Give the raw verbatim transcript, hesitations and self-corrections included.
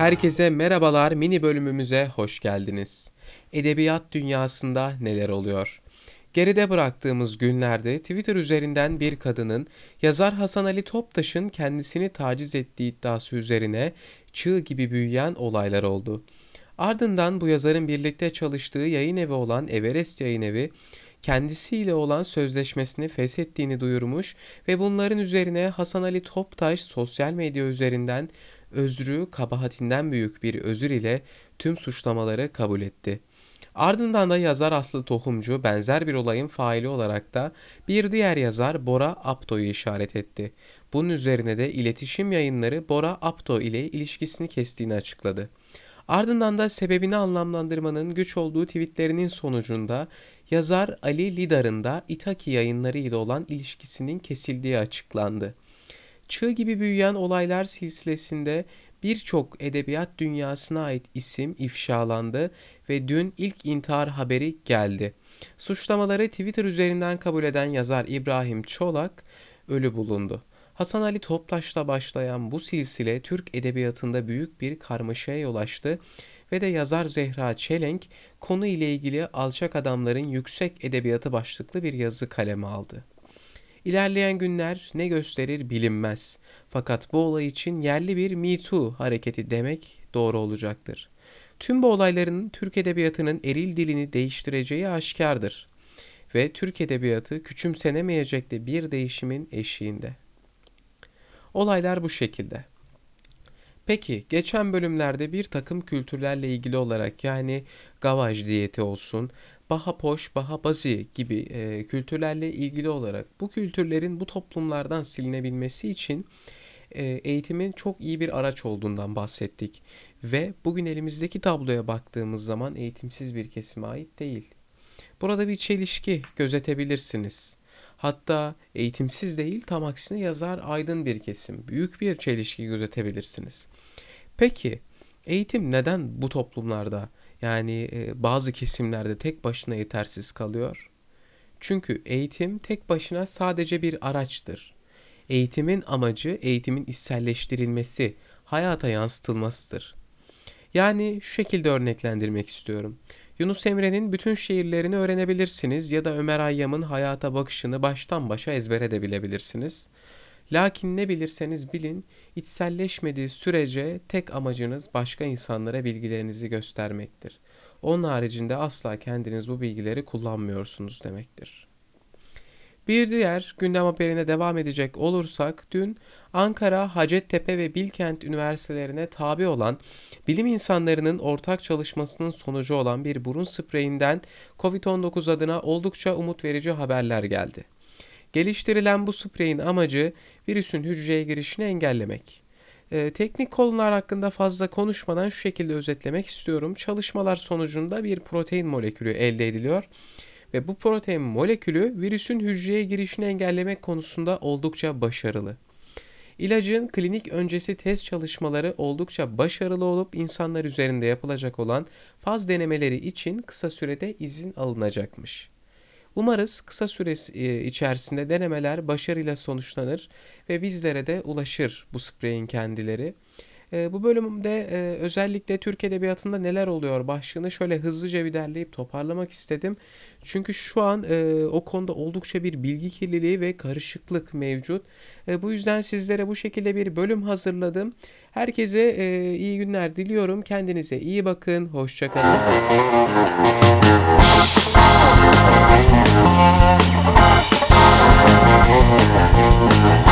Herkese merhabalar, mini bölümümüze hoş geldiniz. Edebiyat dünyasında neler oluyor? Geride bıraktığımız günlerde Twitter üzerinden bir kadının yazar Hasan Ali Toptaş'ın kendisini taciz ettiği iddiası üzerine çığ gibi büyüyen olaylar oldu. Ardından bu yazarın birlikte çalıştığı yayın evi olan Everest Yayın Evi, kendisiyle olan sözleşmesini feshettiğini duyurmuş ve bunların üzerine Hasan Ali Toptaş sosyal medya üzerinden özrü kabahatinden büyük bir özür ile tüm suçlamaları kabul etti. Ardından da yazar Aslı Tohumcu benzer bir olayın faili olarak da bir diğer yazar Bora Apto'yu işaret etti. Bunun üzerine de iletişim yayınları Bora Apto ile ilişkisini kestiğini açıkladı. Ardından da sebebini anlamlandırmanın güç olduğu tweetlerinin sonucunda yazar Ali Lidar'ın da İtaki yayınları ile olan ilişkisinin kesildiği açıklandı. Çığ gibi büyüyen olaylar silsilesinde birçok edebiyat dünyasına ait isim ifşalandı ve dün ilk intihar haberi geldi. Suçlamaları Twitter üzerinden kabul eden yazar İbrahim Çolak ölü bulundu. Hasan Ali Toptaş'la başlayan bu silsile Türk edebiyatında büyük bir karmaşaya yol açtı ve de yazar Zehra Çelenk konu ile ilgili Alçak Adamların Yüksek Edebiyatı başlıklı bir yazı kaleme aldı. İlerleyen günler ne gösterir bilinmez. Fakat bu olay için yerli bir Me Too hareketi demek doğru olacaktır. Tüm bu olayların Türk edebiyatının eril dilini değiştireceği aşikardır. Ve Türk edebiyatı küçümsenemeyecek de bir değişimin eşiğinde. Olaylar bu şekilde. Peki geçen bölümlerde bir takım kültürlerle ilgili olarak yani gavaj diyeti olsun, Bahapoş, Bahabazi gibi e, kültürlerle ilgili olarak bu kültürlerin bu toplumlardan silinebilmesi için e, eğitimin çok iyi bir araç olduğundan bahsettik. Ve bugün elimizdeki tabloya baktığımız zaman eğitimsiz bir kesime ait değil. Burada bir çelişki gözetebilirsiniz. Hatta eğitimsiz değil tam aksine yazar aydın bir kesim. Büyük bir çelişki gözetebilirsiniz. Peki eğitim neden bu toplumlarda yani e, bazı kesimlerde tek başına yetersiz kalıyor? Çünkü eğitim tek başına sadece bir araçtır. Eğitimin amacı eğitimin içselleştirilmesi, hayata yansıtılmasıdır. Yani şu şekilde örneklendirmek istiyorum. Yunus Emre'nin bütün şiirlerini öğrenebilirsiniz ya da Ömer Hayyam'ın hayata bakışını baştan başa ezbere de bilebilirsiniz. Lakin ne bilirseniz bilin, içselleşmediği sürece tek amacınız başka insanlara bilgilerinizi göstermektir. Onun haricinde asla kendiniz bu bilgileri kullanmıyorsunuz demektir. Bir diğer gündem haberine devam edecek olursak dün Ankara, Hacettepe ve Bilkent üniversitelerine tabi olan bilim insanlarının ortak çalışmasının sonucu olan bir burun spreyinden kovid on dokuz adına oldukça umut verici haberler geldi. Geliştirilen bu spreyin amacı virüsün hücreye girişini engellemek. Ee, teknik konular hakkında fazla konuşmadan şu şekilde özetlemek istiyorum. Çalışmalar sonucunda bir protein molekülü elde ediliyor ve bu protein molekülü virüsün hücreye girişini engellemek konusunda oldukça başarılı. İlacın klinik öncesi test çalışmaları oldukça başarılı olup insanlar üzerinde yapılacak olan faz denemeleri için kısa sürede izin alınacakmış. Umarız kısa süre içerisinde denemeler başarıyla sonuçlanır ve bizlere de ulaşır bu spreyin kendileri. E, bu bölümde e, özellikle Türk Edebiyatı'nda neler oluyor başlığını şöyle hızlıca bir derleyip toparlamak istedim. Çünkü şu an e, o konuda oldukça bir bilgi kirliliği ve karışıklık mevcut. E, bu yüzden sizlere bu şekilde bir bölüm hazırladım. Herkese e, iyi günler diliyorum. Kendinize iyi bakın. Hoşça kalın.